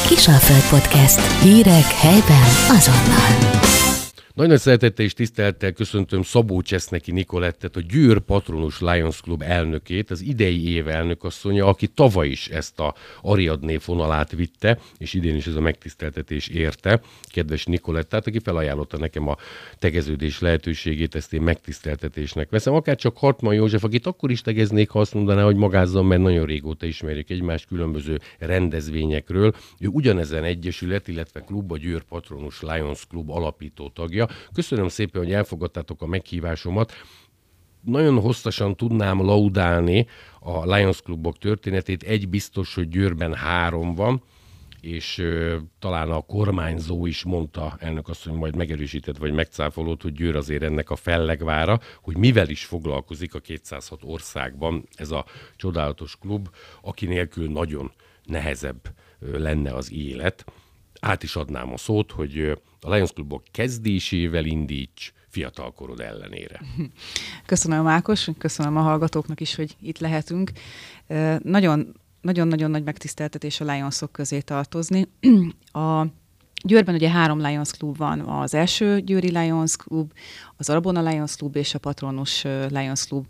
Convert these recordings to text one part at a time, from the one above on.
Kisalföld Podcast. Hírek helyben azonnal. Nagy szeretettel és tisztelettel köszöntöm Szabó Cseszneki Nicolettet, a Győr Patronus Lions Club elnökét, az idei év elnökasszonya, aki tavaly is ezt a Ariadné fonalát vitte, és idén is ez a megtiszteltetés érte. Kedves Nicolettát, aki felajánlotta nekem a tegeződés lehetőségét, ezt én megtiszteltetésnek veszem. Akár csak Hartman József, akit akkor is tegeznék, ha azt mondaná, hogy magázzam, mert nagyon régóta ismerjük egymást különböző rendezvényekről. Ő ugyanezen egyesület, illetve klub, a Győr Patronus Lions Club alapító tagja. Köszönöm szépen, hogy elfogadtátok a meghívásomat. Nagyon hosszasan tudnám laudálni a Lions Clubok történetét. Egy biztos, hogy Győrben 3 van, és talán a kormányzó is mondta, elnök asszony, majd megerősített vagy megcáfolódott, hogy Győr azért ennek a fellegvára, hogy mivel is foglalkozik a 206 országban ez a csodálatos klub, aki nélkül nagyon nehezebb lenne az élet. Át is adnám a szót, hogy a Lions Clubok kezdésével indíts fiatalkorod ellenére. Köszönöm, Ákos, köszönöm a hallgatóknak is, hogy itt lehetünk. Nagyon-nagyon nagy megtiszteltetés a Lionsok közé tartozni. A Győrben ugye 3 Lions Club van, az első Győri Lions Club, az Arabona Lions Club és a Patronus Lions Club.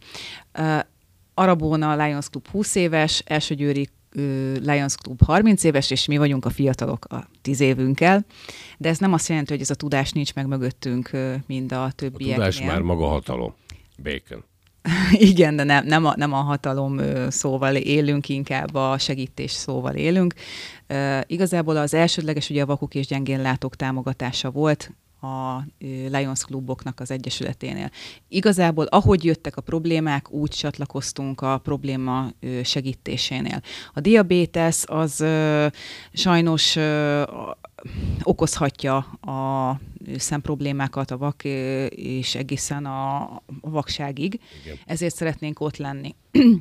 Arabona Lions Club 20 éves, első Győri Lions Club 30 éves, és mi vagyunk a fiatalok a 10 évünkkel. De ez nem azt jelenti, hogy ez a tudás nincs meg mögöttünk, mind a többieknél. A tudás már maga hatalom. Bacon. Igen, de nem a hatalom szóval élünk, inkább a segítés szóval élünk. Igazából az elsődleges ugye a vakok és gyengénlátók támogatása volt a Lions Cluboknak az egyesületénél. Igazából, ahogy jöttek a problémák, úgy csatlakoztunk a probléma segítésénél. A diabétesz az sajnos okozhatja a szemproblémákat, a vak és egészen a vakságig. Igen. Ezért szeretnénk ott lenni.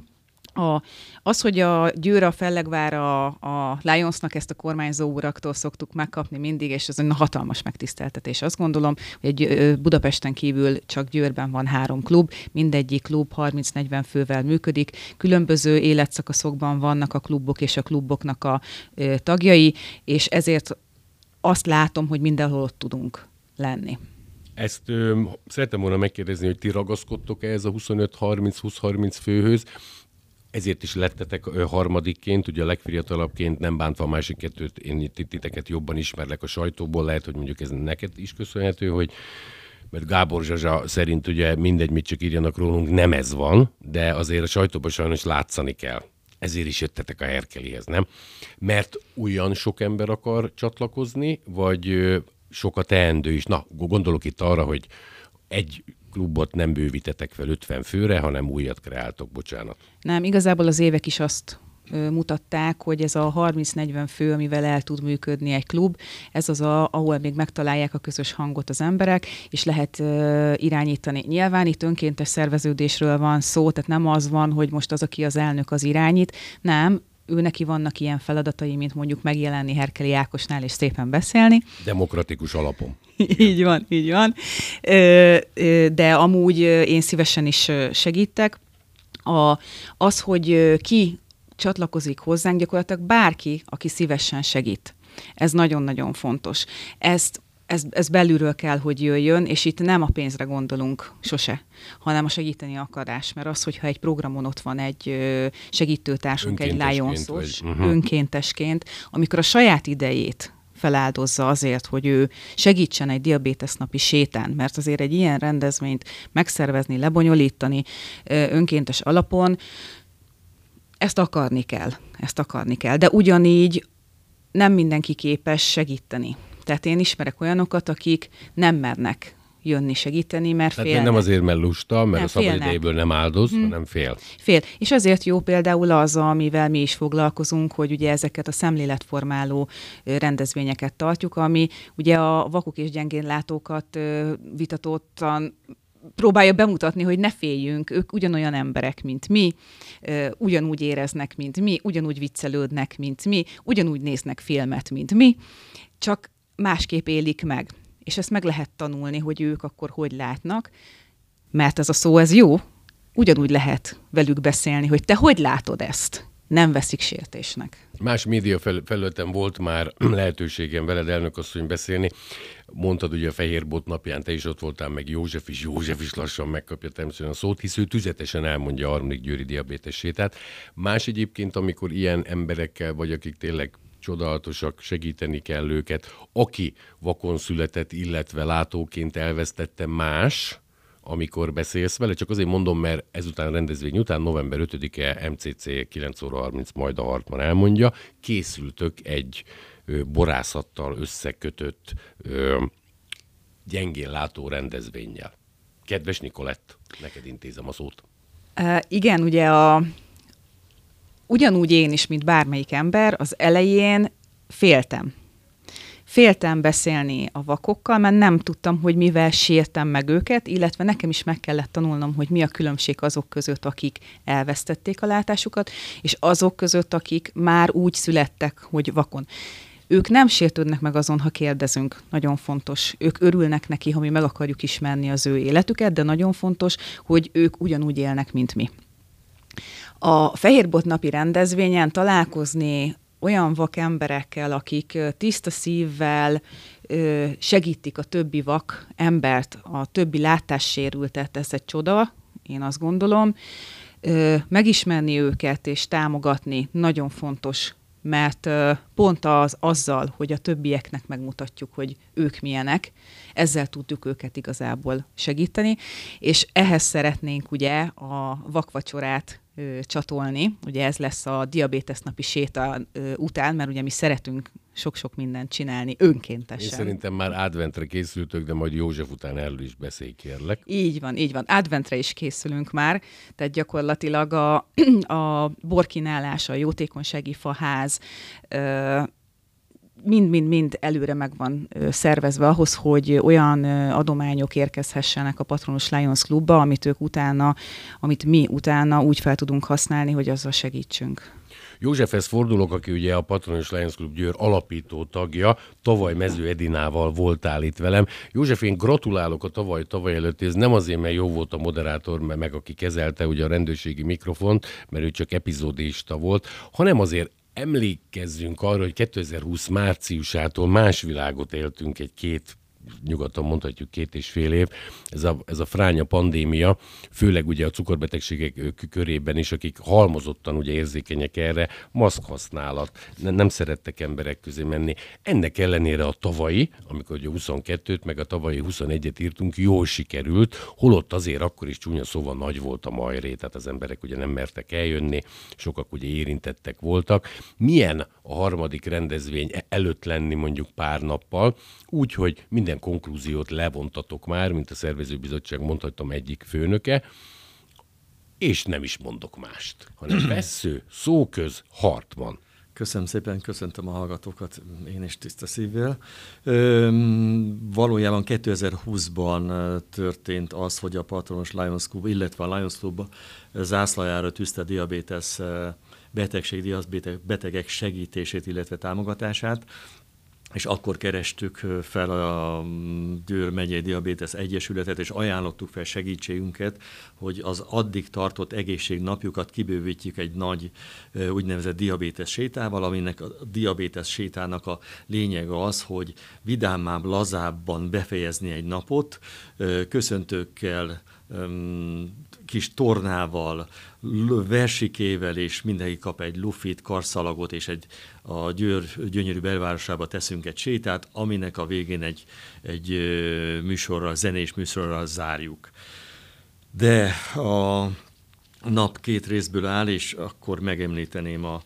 Az, hogy a Győr a fellegvára a Lionsnak, ezt a kormányzó uraktól szoktuk megkapni mindig, és ez egy hatalmas megtiszteltetés. Azt gondolom, hogy Budapesten kívül csak Győrben van 3 klub, mindegyik klub 30-40 fővel működik, különböző életszakaszokban vannak a klubok és a kluboknak a tagjai, és ezért azt látom, hogy mindenhol ott tudunk lenni. Ezt szeretem volna megkérdezni, hogy ti ragaszkodtok ehhez a 25-30-20-30 főhöz, ezért is lettetek harmadikként, ugye a legfiatalabbként, nem bántva a másik kettőt, én titeket jobban ismerlek a sajtóból, lehet, hogy mondjuk ez neked is köszönhető, hogy mert Gábor Zsazsa szerint ugye mindegy, mit csak írjanak rólunk, nem ez van, de azért a sajtóban sajnos látszani kell. Ezért is jöttetek a Herkelihez, nem? Mert olyan sok ember akar csatlakozni, vagy sok a teendő is? Na, gondolok itt arra, hogy egy klubot nem bővítetek fel 50 főre, hanem újat kreáltok, bocsánat. Nem, igazából az évek is azt mutatták, hogy ez a 30-40 fő, amivel el tud működni egy klub, ez az, ahol még megtalálják a közös hangot az emberek, és lehet irányítani. Nyilván itt önkéntes szerveződésről van szó, tehát nem az van, hogy most az, aki az elnök, az irányít, nem, neki vannak ilyen feladatai, mint mondjuk megjelenni Herkeli Ákosnál és szépen beszélni. Demokratikus alapon. Így van. De amúgy én szívesen is segítek. Az, hogy ki csatlakozik hozzánk, gyakorlatilag bárki, aki szívesen segít. Ez nagyon-nagyon fontos. Ez belülről kell, hogy jöjjön, és itt nem a pénzre gondolunk sose, hanem a segíteni akarás. Mert az, hogyha egy programon ott van egy segítőtársunk, egy Lionsos, önkéntesként, amikor a saját idejét feláldozza azért, hogy ő segítsen egy diabétesznapi sétán, mert azért egy ilyen rendezvényt megszervezni, lebonyolítani önkéntes alapon, ezt akarni kell. De ugyanígy nem mindenki képes segíteni. Tehát én ismerek olyanokat, akik nem mernek jönni segíteni, mert félnek. Nem azért, mert lusta, mert a szabadidejéből nem áldoz, hanem fél. Fél. És azért jó például az, amivel mi is foglalkozunk, hogy ugye ezeket a szemléletformáló rendezvényeket tartjuk, ami ugye a vakok és gyengénlátókat vitatottan próbálja bemutatni, hogy ne féljünk, ők ugyanolyan emberek, mint mi, ugyanúgy éreznek, mint mi, ugyanúgy viccelődnek, mint mi, ugyanúgy néznek filmet, mint mi, csak másképp élik meg. És ezt meg lehet tanulni, hogy ők akkor hogy látnak, mert ez a szó, ez jó, ugyanúgy lehet velük beszélni, hogy te hogy látod ezt? nem veszik sértésnek. Más média felületen volt már lehetőségem veled, elnök asszony, beszélni. Mondtad ugye a Fehérbot napján, te is ott voltál, meg József is lassan megkapja természetesen a szót, hisz ő tüzetesen elmondja a 3. győri diabétes sétát. Más egyébként, amikor ilyen emberekkel vagy, akik tényleg csodálatosak, segíteni kell őket, aki vakon született, illetve látóként elvesztette, más, amikor beszélsz vele, csak azért mondom, mert ezután rendezvény után, november 5-e, MCC 9 óra 30, majd a Hartman elmondja, készültök egy borászattal összekötött gyengén látó rendezvénnyel. Kedves Nikolett, neked intézem a szót. Igen, ugye ugyanúgy én is, mint bármelyik ember, az elején féltem. Féltem beszélni a vakokkal, mert nem tudtam, hogy mivel sértem meg őket, illetve nekem is meg kellett tanulnom, hogy mi a különbség azok között, akik elvesztették a látásukat, és azok között, akik már úgy születtek, hogy vakon. Ők nem sértődnek meg azon, ha kérdezünk. Nagyon fontos. Ők örülnek neki, ha mi meg akarjuk ismerni az ő életüket, de nagyon fontos, hogy ők ugyanúgy élnek, mint mi. A Fehérbot napi rendezvényen találkozni olyan vak emberekkel, akik tiszta szívvel segítik a többi vak embert, a többi látássérültet, ez egy csoda, én azt gondolom. Megismerni őket és támogatni nagyon fontos, mert pont azzal, hogy a többieknek megmutatjuk, hogy ők milyenek, ezzel tudjuk őket igazából segíteni, és ehhez szeretnénk ugye a vakvacsorát csatolni. Ugye ez lesz a diabétesz napi séta után, mert ugye mi szeretünk sok-sok mindent csinálni önkéntesen. Én szerintem már adventre készültök, de majd József után erről is beszélj, kérlek. Így van. Adventre is készülünk már, tehát gyakorlatilag a borkínálás, a jótékonysági faház, mind előre meg van szervezve ahhoz, hogy olyan adományok érkezhessenek a Patronus Lions Clubba, amit mi utána úgy fel tudunk használni, hogy azzal segítsünk. Józsefhez fordulok, aki ugye a Patronus Lions Club Győr alapító tagja, tavaly Mező Edinával voltál itt velem. József, én gratulálok a tavaly előtt, ez nem azért, mert jó volt a moderátor, mert meg aki kezelte ugye a rendőrségi mikrofont, mert ő csak epizódista volt, hanem azért emlékezzünk arra, hogy 2020 márciusától más világot éltünk nyugodtan mondhatjuk 2,5 év, ez a fránya pandémia, főleg ugye a cukorbetegségek körében is, akik halmozottan ugye érzékenyek erre, maszkhasználat, nem szerettek emberek közé menni. Ennek ellenére a tavalyi, amikor ugye 22-t, meg a tavalyi 21-et írtunk, jól sikerült, holott azért akkor is csúnya szóval nagy volt a majré, tehát az emberek ugye nem mertek eljönni, sokak ugye érintettek voltak. Milyen a harmadik rendezvény előtt lenni mondjuk pár nappal, úgyhogy minden konklúziót levontatok már, mint a szervezőbizottság, mondhatom, egyik főnöke, és nem is mondok mást, hanem Vessző, Szóköz, Hartman. Köszönöm szépen, köszöntöm a hallgatókat, én is tiszta szívvel. Valójában 2020-ban történt az, hogy a Patronus Lions Club, illetve a Lions Club zászlajára tűzte diabétesz betegek segítését, illetve támogatását, és akkor kerestük fel a Győr megyei Diabétesz Egyesületet, és ajánlottuk fel segítségünket, hogy az addig tartott egészségnapjukat kibővítjük egy nagy úgynevezett diabétesz sétával, aminek a diabétesz sétának a lényege az, hogy vidámabb, lazábban befejezni egy napot, köszöntőkkel, kis tornával, versikével, és mindenki kap egy lufit, karszalagot, és a Győr gyönyörű belvárosába teszünk egy sétát, aminek a végén egy műsorral, zenés műsorral zárjuk. De a nap 2 részből áll, és akkor megemlíteném a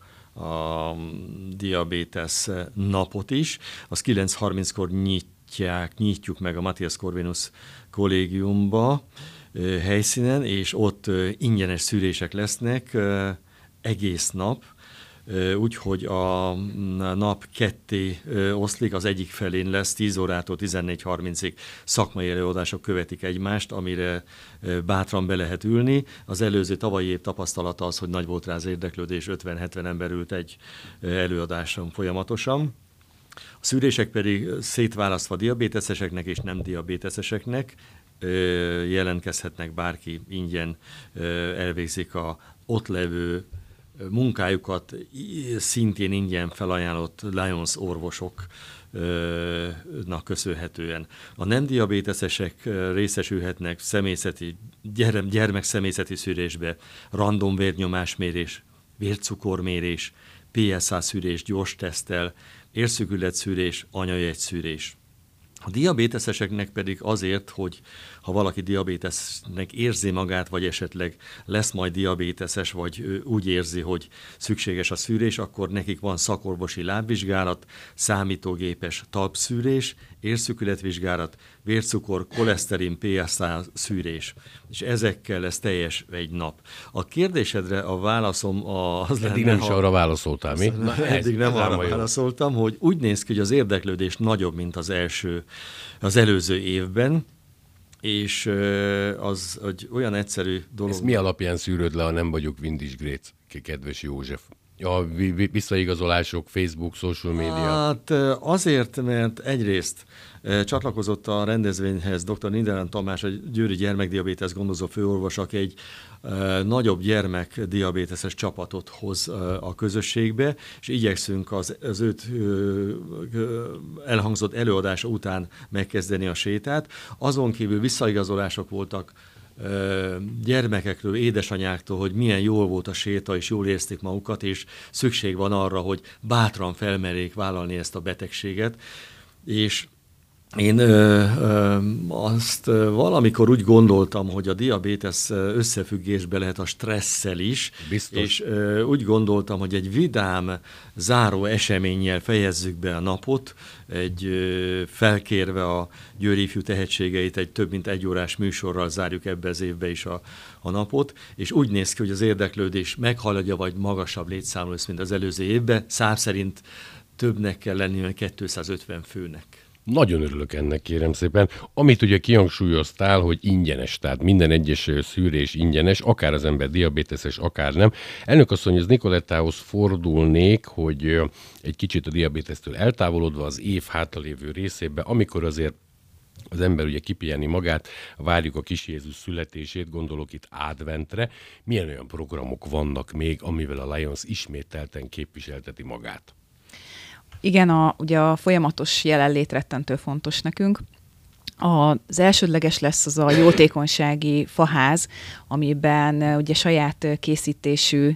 diabétesz napot is. Az 9:30-kor nyitjuk meg a Matthias Corvinus kollégiumba helyszínen, és ott ingyenes szűrések lesznek egész nap, úgyhogy a nap ketté oszlik, az egyik felén lesz 10 órától 14:30-ig szakmai előadások követik egymást, amire bátran be lehet ülni. Az előző tavalyi év tapasztalata az, hogy nagy volt rá az érdeklődés, 50-70 ember ült egy előadáson folyamatosan. A szűrések pedig szétválasztva diabéteszeseknek és nem diabéteszeseknek jelentkezhetnek, bárki ingyen elvégzik a ott levő munkájukat szintén ingyen felajánlott Lions orvosoknak köszönhetően. A nem diabéteszesek részesülhetnek gyermekszemélyzeti szűrésbe, random vérnyomásmérés, vércukormérés, PSA szűrés gyors teszttel, érszükületszűrés, anyajegyszűrés. A diabéteszeseknek pedig azért, hogy ha valaki diabétesnek érzi magát, vagy esetleg lesz majd diabéteses, vagy úgy érzi, hogy szükséges a szűrés, akkor nekik van szakorvosi lábvizsgálat, számítógépes talpszűrés, érszükületvizsgálat, vércukor, koleszterin, PSA szűrés. És ezekkel lesz teljes egy nap. A kérdésedre a válaszom az lenne... Eddig nem is arra válaszoltál, mi? Eddig nem arra válaszoltam, hogy úgy néz ki, hogy az érdeklődés nagyobb, mint az előző évben, és az egy olyan egyszerű dolog... Ezt mi alapján szűröd le, ha nem vagyok Windisgrécz, kedves József? A visszaigazolások, Facebook, social media? Hát azért, mert egyrészt csatlakozott a rendezvényhez dr. Niederán Tamás, a győri gyermekdiabétesz gondozó főorvos, aki egy nagyobb gyermekdiabéteses csapatot hoz a közösségbe, és igyekszünk az őt elhangzott előadása után megkezdeni a sétát. Azon kívül visszaigazolások voltak gyermekekről, édesanyáktól, hogy milyen jól volt a séta, és jól érezték magukat, és szükség van arra, hogy bátran felmerjék vállalni ezt a betegséget. És én azt valamikor úgy gondoltam, hogy a diabétesz összefüggésbe lehet a stresszel is. Biztos. És úgy gondoltam, hogy egy vidám záró eseménnyel fejezzük be a napot, felkérve a Győri ifjú tehetségeit, egy több mint 1 órás műsorral zárjuk ebbe az évbe is a napot, és úgy néz ki, hogy az érdeklődés meghaladja, vagy magasabb létszámú lesz, mint az előző évben. Szám szerint többnek kell lenni, olyan 250 főnek. Nagyon örülök ennek, kérem szépen. Amit ugye kihangsúlyoztál, hogy ingyenes, tehát minden egyes szűrés ingyenes, akár az ember diabéteses, akár nem. Elnök asszony, az Nicolettához fordulnék, hogy egy kicsit a diabétesztől eltávolodva az év hátralévő részébe, amikor azért az ember ugye kipihenni magát, várjuk a kis Jézus születését, gondolok itt adventre. Milyen olyan programok vannak még, amivel a Lions ismételten képviselteti magát? Igen, ugye a folyamatos jelenlét rettentő fontos nekünk. Az elsődleges lesz az a jótékonysági faház, amiben ugye saját készítésű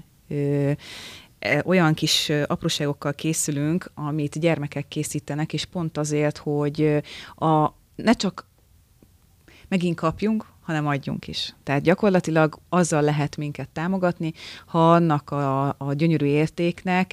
olyan kis apróságokkal készülünk, amit gyermekek készítenek, és pont azért, hogy ne csak megint kapjunk, hanem adjunk is. Tehát gyakorlatilag azzal lehet minket támogatni, ha annak a gyönyörű értéknek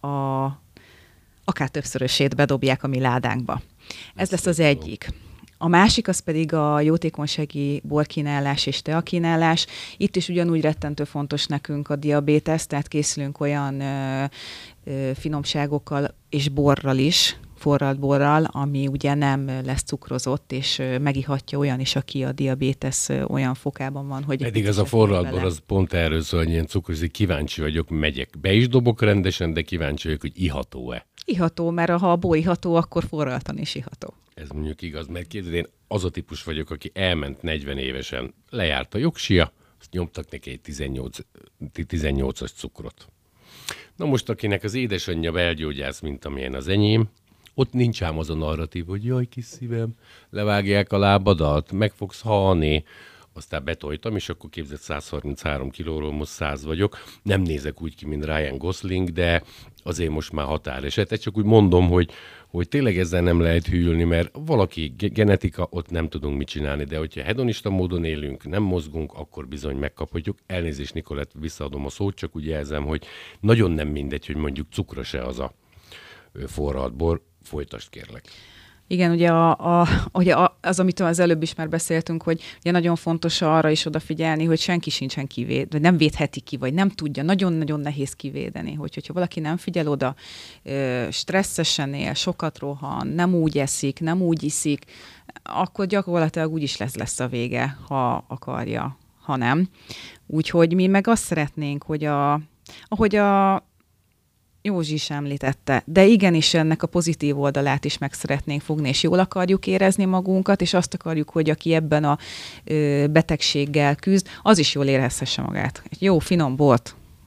akár többszörösét bedobják a mi ládánkba. Ez lesz az egyik. A másik az pedig a jótékonysági borkínálás és teakínálás. Itt is ugyanúgy rettentő fontos nekünk a diabétesz, tehát készülünk olyan finomságokkal és borral is, forralt borral, ami ugye nem lesz cukrozott, és megihatja olyan is, aki a diabétesz olyan fokában van, hogy... Eddig ez a forralt bor, az pont erről szól, hogy ilyen cukrozik, kíváncsi vagyok, megyek. Be is dobok rendesen, de kíváncsi vagyok, hogy iható-e. Iható, mert ha a bor iható, akkor forraltan is iható. Ez mondjuk igaz, mert képzeld, én az a típus vagyok, aki elment 40 évesen, lejárt a jogsia, azt nyomtak neki egy 18-as cukrot. Na most, akinek az édesanyja belgyógyász, mint amilyen az enyém, ott nincs ám az a narratív, hogy jaj, kis szívem, levágják a lábadat, meg fogsz halni. Aztán betojtam, és akkor képzett 133 kilóról, most 100 vagyok. Nem nézek úgy ki, mint Ryan Gosling, de azért most már határeset. Csak úgy mondom, hogy tényleg ezzel nem lehet hűlni, mert valaki genetika, ott nem tudunk mit csinálni, de hogyha hedonista módon élünk, nem mozgunk, akkor bizony megkaphatjuk. Elnézést, Nikolett, visszaadom a szót, csak úgy jelzem, hogy nagyon nem mindegy, hogy mondjuk cukros-e az a forralt bor. Folytasd, kérlek. Igen, ugye az, amit az előbb is már beszéltünk, hogy ugye nagyon fontos arra is odafigyelni, hogy senki sincsen kivéd, vagy nem védheti ki, vagy nem tudja, nagyon-nagyon nehéz kivédeni, hogyha valaki nem figyel oda, stresszesen él, sokat rohan, nem úgy eszik, nem úgy iszik, akkor gyakorlatilag úgyis lesz a vége, ha akarja, ha nem. Úgyhogy mi meg azt szeretnénk, hogy ahogy a Józsi is említette, de igenis ennek a pozitív oldalát is meg szeretnénk fogni, és jól akarjuk érezni magunkat, és azt akarjuk, hogy aki ebben a betegséggel küzd, az is jól érezhesse magát. Egy jó, finom bort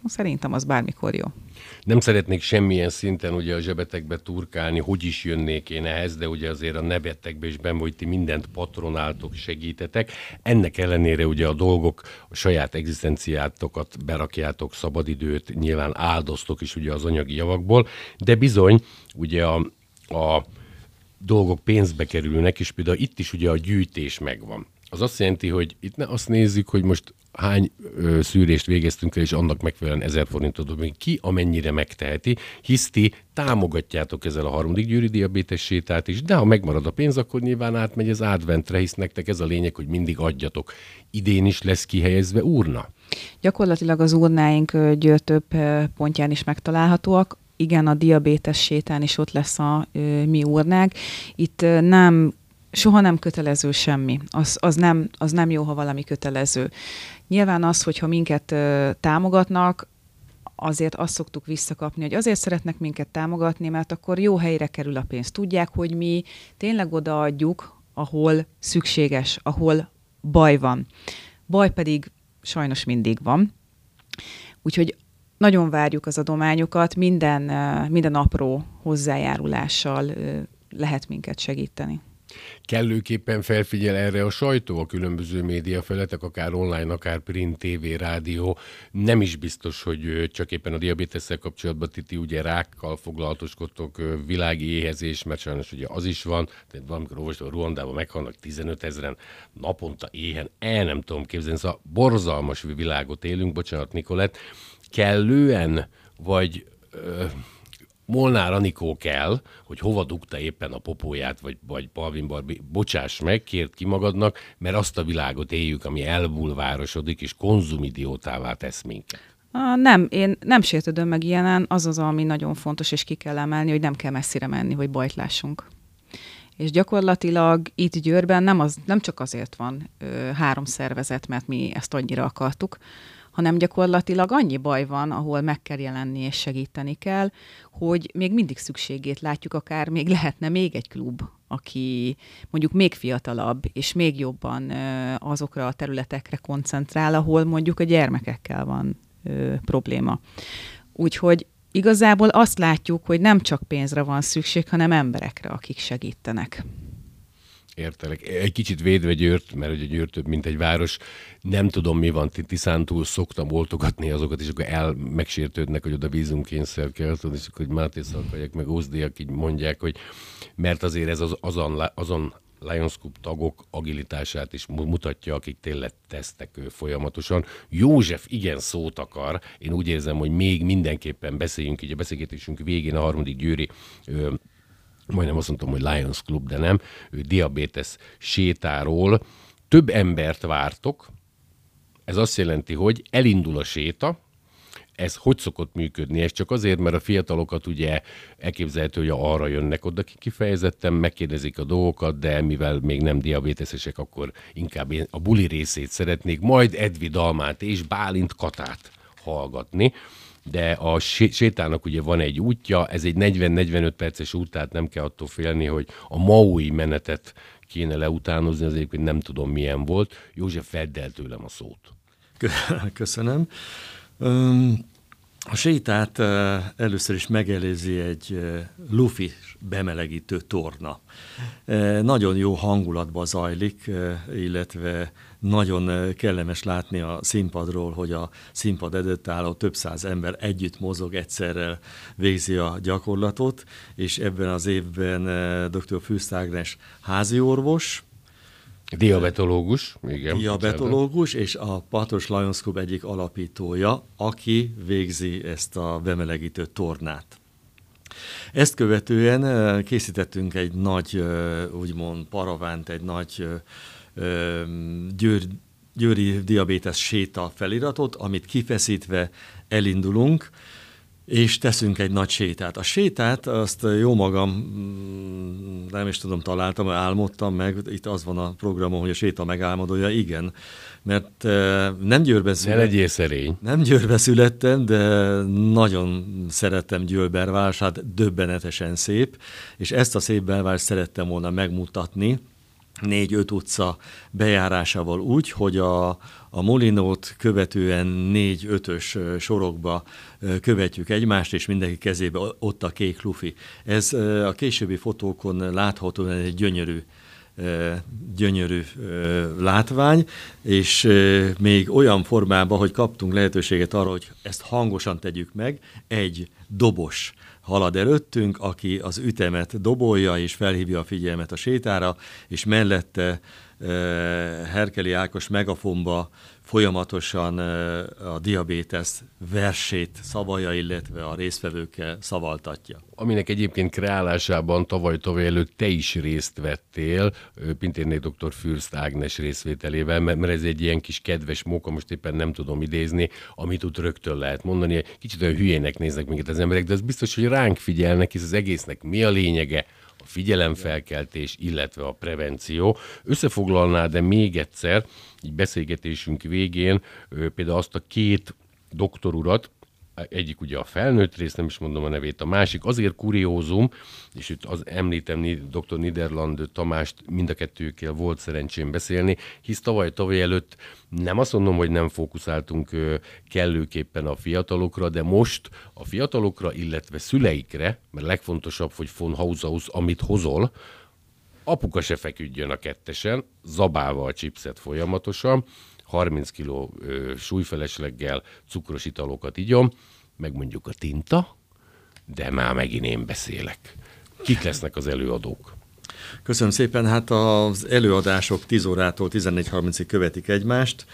szerintem az bármikor jó. Nem szeretnék semmilyen szinten ugye a zsebetekbe turkálni, hogy is jönnék én ehhez, de ugye azért a nevetekbe is benn, hogy ti mindent patronáltok, segítetek. Ennek ellenére ugye a dolgok, a saját egzisztenciátokat berakjátok, szabadidőt, nyilván áldoztok is ugye az anyagi javakból, de bizony ugye a dolgok pénzbe kerülnek, és például itt is ugye a gyűjtés megvan. Az azt jelenti, hogy itt ne azt nézzük, hogy most hány szűrést végeztünk el, és annak megfelelően 1000 forintot dobunk ki, amennyire megteheti, hisz ti támogatjátok ezzel a harmadik győri diabétes sétát is, de ha megmarad a pénz, akkor nyilván átmegy az adventre, hisz nektek ez a lényeg, hogy mindig adjatok. Idén is lesz kihelyezve urna? Gyakorlatilag az urnáink Győr több pontján is megtalálhatóak. Igen, a diabétes sétán is ott lesz a mi urnánk. Itt soha nem kötelező semmi. Az nem jó, ha valami kötelező. Nyilván az, hogyha minket támogatnak, azért azt szoktuk visszakapni, hogy azért szeretnek minket támogatni, mert akkor jó helyre kerül a pénz. Tudják, hogy mi tényleg odaadjuk, ahol szükséges, ahol baj van. Baj pedig sajnos mindig van. Úgyhogy nagyon várjuk az adományokat, minden apró hozzájárulással lehet minket segíteni. Kellőképpen felfigyel erre a sajtó, a különböző médiafelületek, akár online, akár print, tévé, rádió. Nem is biztos, hogy csak éppen a diabétesszel kapcsolatban ti ugye rákkal foglalatoskodtok, világi éhezés, mert sajnos ugye az is van, tehát valamikor olvastam, Ruandában meghalnak 15 000 naponta éhen, nem tudom képzelni, szóval borzalmas világot élünk, bocsánat Nikolett, kellően, vagy Molnár Anikó kell, hogy hova dugta éppen a popóját, vagy Palvin Barbi, bocsáss meg, kérd ki magadnak, mert azt a világot éljük, ami elbulvárosodik, és konzumidiótává tesz minket. Nem, én nem sértődöm meg ilyenen, az, ami nagyon fontos, és ki kell emelni, hogy nem kell messzire menni, hogy bajt lássunk. És gyakorlatilag itt Győrben nem csak azért van 3 szervezet, mert mi ezt annyira akartuk, hanem gyakorlatilag annyi baj van, ahol meg kell jelenni és segíteni kell, hogy még mindig szükségét látjuk, akár még lehetne még egy klub, aki mondjuk még fiatalabb, és még jobban azokra a területekre koncentrál, ahol mondjuk a gyermekekkel van probléma. Úgyhogy igazából azt látjuk, hogy nem csak pénzre van szükség, hanem emberekre, akik segítenek. Értelek. Egy kicsit védve Győrt, mert ugye Győr több, mint egy város. Nem tudom, mi van, Tiszántúl szoktam oltogatni azokat, és akkor megsértődnek, hogy oda vízumkényszer kell, tudni, és akkor Máté Szalkaiak, meg Ózdiak így mondják, hogy mert azért ez azon Lions Club tagok agilitását is mutatja, akik tényleg tesztek folyamatosan. József igen szót akar. Én úgy érzem, hogy még mindenképpen beszéljünk, így a beszélgetésünk végén a harmadik győri majdnem azt mondtam, hogy Lions Club, de nem, diabétes sétáról. Több embert vártok, ez azt jelenti, hogy elindul a séta, ez hogy szokott működni? Ez csak azért, mert a fiatalokat ugye elképzelhető, hogy arra jönnek oda kifejezetten, megkérdezik a dolgokat, de mivel még nem diabétesek, akkor inkább én a buli részét szeretnék, majd Edvi Dalmát és Bálint Katát hallgatni. De a sétának ugye van egy útja, ez egy 40-45 perces út, tehát nem kell attól félni, hogy a maui menetet kéne leutánozni, azért, hogy nem tudom milyen volt. József, vedd el tőlem a szót. Köszönöm. A sétát először is megelőzi egy lufi bemelegítő torna. Nagyon jó hangulatban zajlik, illetve nagyon kellemes látni a színpadról, hogy a színpad előtt álló több száz ember együtt mozog, egyszerre végzi a gyakorlatot, és ebben az évben dr. Fürst Ágnes háziorvos, Diabetológus, igen. Diabetológus, és a Patros Lions Club egyik alapítója, aki végzi ezt a bemelegítő tornát. Ezt követően készítettünk egy nagy, úgymond paravánt, egy nagy győri diabétes séta feliratot, amit kifeszítve elindulunk, és teszünk egy nagy sétát. A sétát azt jó magam, nem is tudom, találtam, álmodtam meg, itt az van a programon, hogy a séta megálmodója, igen, mert nem Győrben születtem. Ne legyél szerény. Nem Győrben születtem, de nagyon szerettem Győr belvárosát, döbbenetesen szép, és ezt a szép belvárost szerettem volna megmutatni 4-5 utca bejárásával úgy, hogy a Molinót követően 4-5-ös sorokba követjük egymást, és mindenki kezébe ott a kék lufi. Ez a későbbi fotókon látható, egy gyönyörű látvány, és még olyan formában, hogy kaptunk lehetőséget arra, hogy ezt hangosan tegyük meg, egy dobos halad előttünk, aki az ütemet dobolja, és felhívja a figyelmet a sétára, és mellette Herkeli Ákos megafonba folyamatosan a diabétesz versét szavalja, illetve a résztvevőkkel szavaltatja. Aminek egyébként kreálásában tavaly előtt te is részt vettél, Pintérné dr. Fürst Ágnes részvételével, mert ez egy ilyen kis kedves móka, most éppen nem tudom idézni, amit ott rögtön lehet mondani. Kicsit olyan hülyének néznek minket az emberek, de az biztos, hogy ránk figyelnek, hisz az egésznek mi a lényege, a figyelemfelkeltés, illetve a prevenció. Összefoglalná, de még egyszer, így beszélgetésünk végén például azt a két doktorurat, egyik ugye a felnőtt rész, nem is mondom a nevét, a másik azért kuriózum, és itt említem dr. Niederland Tamást, mind a kettőkkel volt szerencsém beszélni, hisz tavaly előtt nem azt mondom, hogy nem fókuszáltunk kellőképpen a fiatalokra, de most a fiatalokra, illetve szüleikre, mert legfontosabb, hogy von Haushaus, amit hozol, apuka se feküdjön a kettesen, zabálva a chipset folyamatosan, 30 kg súlyfelesleggel cukros italokat igyom, meg mondjuk a tinta, de már megint én beszélek. Kik lesznek az előadók? Köszönöm szépen, hát az előadások 10 órától 14:30-ig követik egymást.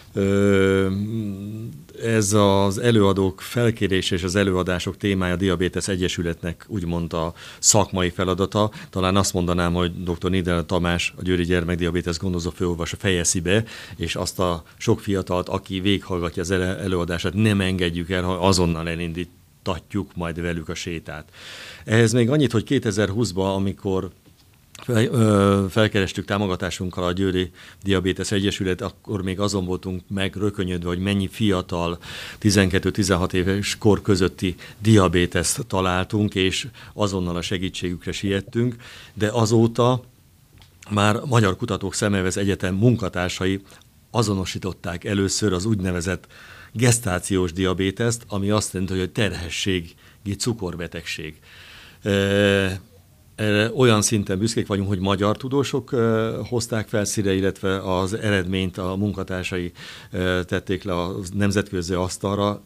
Ez az előadók felkérése és az előadások témája a Diabétesz Egyesületnek úgymond a szakmai feladata. Talán azt mondanám, hogy dr. Niederland Tamás, a Győri Gyermekdiabétesz gondozó főorvosa fejezi be, és azt a sok fiatalt, aki végighallgatja az előadását, nem engedjük el, ha azonnal elindítatjuk majd velük a sétát. Ehhez még annyit, hogy 2020-ban, amikor felkerestük támogatásunkkal a Győri Diabétesz Egyesület, akkor még azon voltunk megrökönyödve, hogy mennyi fiatal 12-16 éves kor közötti diabéteszt találtunk, és azonnal a segítségükre siettünk, de azóta már Magyar Kutatók Szemmelweis Egyetem munkatársai azonosították először az úgynevezett gesztációs diabéteszt, ami azt jelenti, hogy terhességi cukorbetegség. Olyan szinten büszkék vagyunk, hogy magyar tudósok hozták felszínre, illetve az eredményt a munkatársai tették le a nemzetközi asztalra.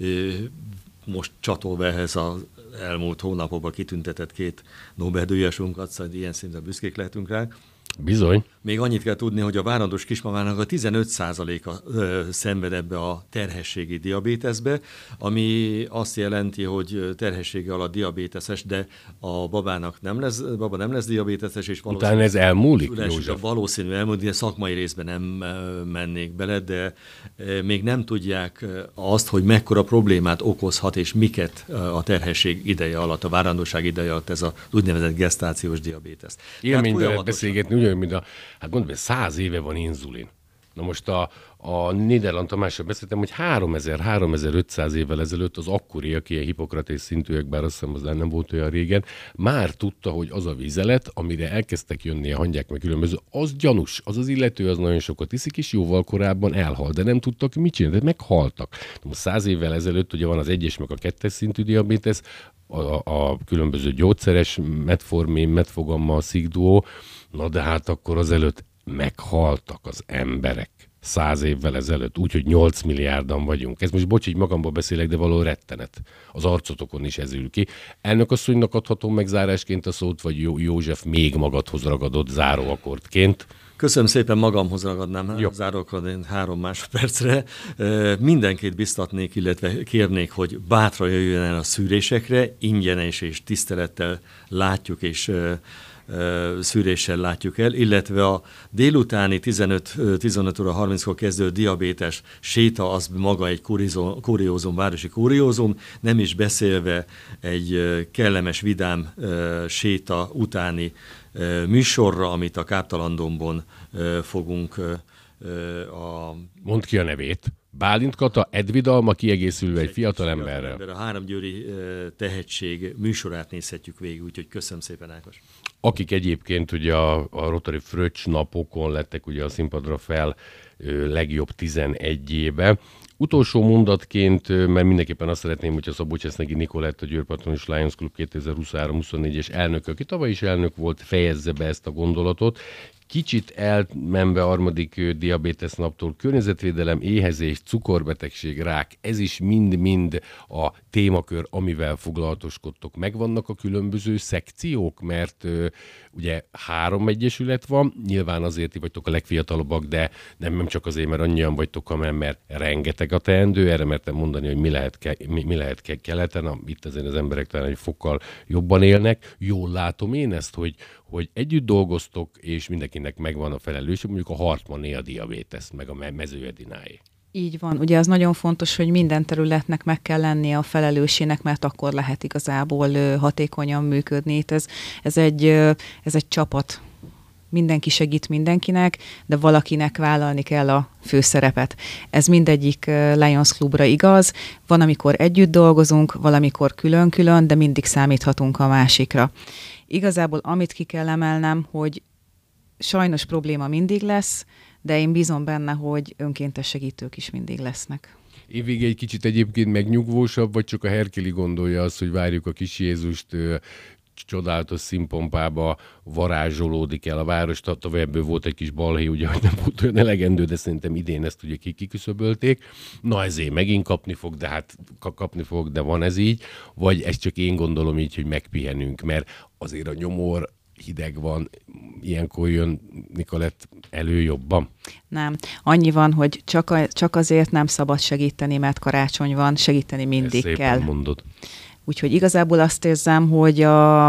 Most csatolva ehhez az elmúlt hónapokban kitüntetett 2 Nobel-díjasunkat, szóval ilyen szinten büszkék lehetünk rá. Bizony. Még annyit kell tudni, hogy a várandós kismamának a 15%-a szenved ebbe a terhességi diabéteszbe, ami azt jelenti, hogy terhessége alatt diabéteses, de a baba nem lesz diabéteses, és utána ez elmúlik, József? Valószínű elmúlik, de szakmai részben nem mennék bele, de még nem tudják azt, hogy mekkora problémát okozhat, és miket a terhesség ideje alatt, a várandóság ideje alatt ez az úgynevezett gesztációs diabétesz. Élményben beszélgetni, ugyanúgy, mint hát gondolom, 100 éve van inzulin. Na most a Niederland Tamással beszéltem, hogy 3000-3500 évvel ezelőtt az akkoriak, ilyen Hippokratész szintűek, bár azt hiszem, az nem volt olyan régen, már tudta, hogy az a vizelet, amire elkezdtek jönni a hangyák meg különböző, az gyanús, az illető, az nagyon sokat iszik, és jóval korábban elhal, de nem tudtak mit csinálni, de meghaltak. Most 100 évvel ezelőtt ugye van az 1-es meg a 2-es szintű diabétesz, a különböző gyógyszeres, metformin, metfogamma, szigduó, na de hát akkor azelőtt meghaltak az emberek 100 évvel ezelőtt, úgyhogy 8 milliárdan vagyunk. Ez most bocs, így magamból beszélek, de való rettenet. Az arcotokon is ez ül ki. Elnökasszonynak adhatom meg zárásként a szót, vagy József még magadhoz ragadott záróakkordként? Köszönöm szépen, magamhoz ragadnám záróakkordként 3 másodpercre. Mindenkit biztatnék, illetve kérnék, hogy bátran jöjjön el a szűrésekre, ingyenes és tisztelettel látjuk, és szűréssel látjuk el, illetve a délutáni 15 óra 30-kor kezdő diabétes séta, az maga egy kuriózum, városi kuriózum, nem is beszélve egy kellemes, vidám séta utáni műsorra, amit a Káptalandombon fogunk Mondd ki a nevét. Bálint Kata, Edvid Alma kiegészülve egy fiatal emberrel. A Három győri tehetség műsorát nézhetjük végig, úgyhogy köszönöm szépen, Ákos. Akik egyébként ugye a Rotary Fröccs napokon lettek ugye a színpadra fel legjobb 11-ébe. Utolsó mondatként, mert mindenképpen azt szeretném, hogyha Szabó-Cseszneky Nikolett, a Győr Patronus Lions Club 2023-24-es elnöke, aki tavaly is elnök volt, fejezze be ezt a gondolatot. Kicsit elmenve harmadik diabétesz naptól, környezetvédelem, éhezés, cukorbetegség, rák, ez is mind-mind a témakör, amivel foglalatoskodtok. Megvannak a különböző szekciók, mert ugye 3 egyesület van, nyilván azért ti vagytok a legfiatalabbak, de nem csak azért, mert annyian vagytok, hanem mert rengeteg a teendő, erre mertem mondani, hogy mi lehet keleten, itt azért az emberek talán egy fokkal jobban élnek. Jól látom én ezt, hogy együtt dolgoztok, és mindenkinek megvan a felelősség, mondjuk a Hartmanné a diabétesz, meg a Mező Edináé. Így van. Ugye az nagyon fontos, hogy minden területnek meg kell lennie a felelőssének, mert akkor lehet igazából hatékonyan működni. Ez egy csapat. Mindenki segít mindenkinek, de valakinek vállalni kell a főszerepet. Ez mindegyik Lions Clubra igaz. Van, amikor együtt dolgozunk, valamikor külön-külön, de mindig számíthatunk a másikra. Igazából amit ki kell emelnem, hogy sajnos probléma mindig lesz, de én bízom benne, hogy önkéntes segítők is mindig lesznek. Évvége egy kicsit egyébként megnyugvósabb, vagy csak a Herkeli gondolja azt, hogy várjuk a kis Jézust, csodálatos színpompába varázsolódik el a város. Tavaly ebből volt egy kis balhé, ugye, hogy nem volt olyan elegendő, de szerintem idén ezt ugye kiküszöbölték. Na ezért megint kapni fog, de van ez így. Vagy ezt csak én gondolom így, hogy megpihenünk, mert azért a nyomor hideg van, ilyenkor jön Nikolett elő jobban? Nem. Annyi van, hogy csak azért nem szabad segíteni, mert karácsony van, segíteni mindig ezt kell. Szépen mondod. Úgyhogy igazából azt érzem, hogy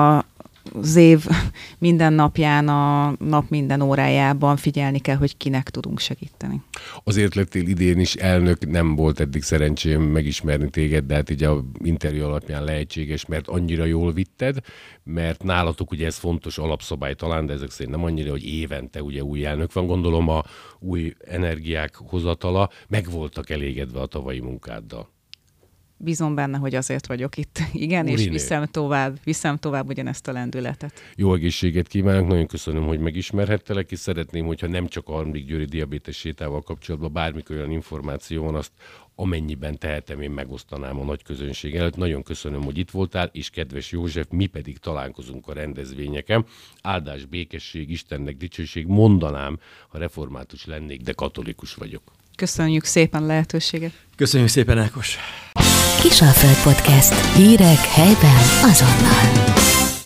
az év minden napján, a nap minden órájában figyelni kell, hogy kinek tudunk segíteni. Azért lettél idén is elnök, nem volt eddig szerencsém megismerni téged, de hát így a interjú alapján lehetséges, mert annyira jól vitted, mert nálatok ugye ez fontos alapszabály talán, de ezek szerint nem annyira, hogy évente ugye új elnök van, gondolom a új energiák hozatala, meg voltak elégedve a tavalyi munkáddal. Bízom benne, hogy azért vagyok itt. Igen, Úrinő. És viszem tovább ugyanezt a lendületet. Jó egészséget kívánok, nagyon köszönöm, hogy megismerhettelek, és szeretném, hogyha nem csak a 3. győri diabétes sétával kapcsolatban bármikor olyan információ van, azt amennyiben tehetem, én megosztanám a nagy közönség előtt. Nagyon köszönöm, hogy itt voltál, és kedves József, mi pedig találkozunk a rendezvényeken. Áldás, békesség, Istennek dicsőség, mondanám, ha református lennék, de katolikus vagyok. Köszönjük szépen a lehetőséget. Köszönjük szépen, Ákos. Kisalföld Podcast. Hírek helyben azonnal.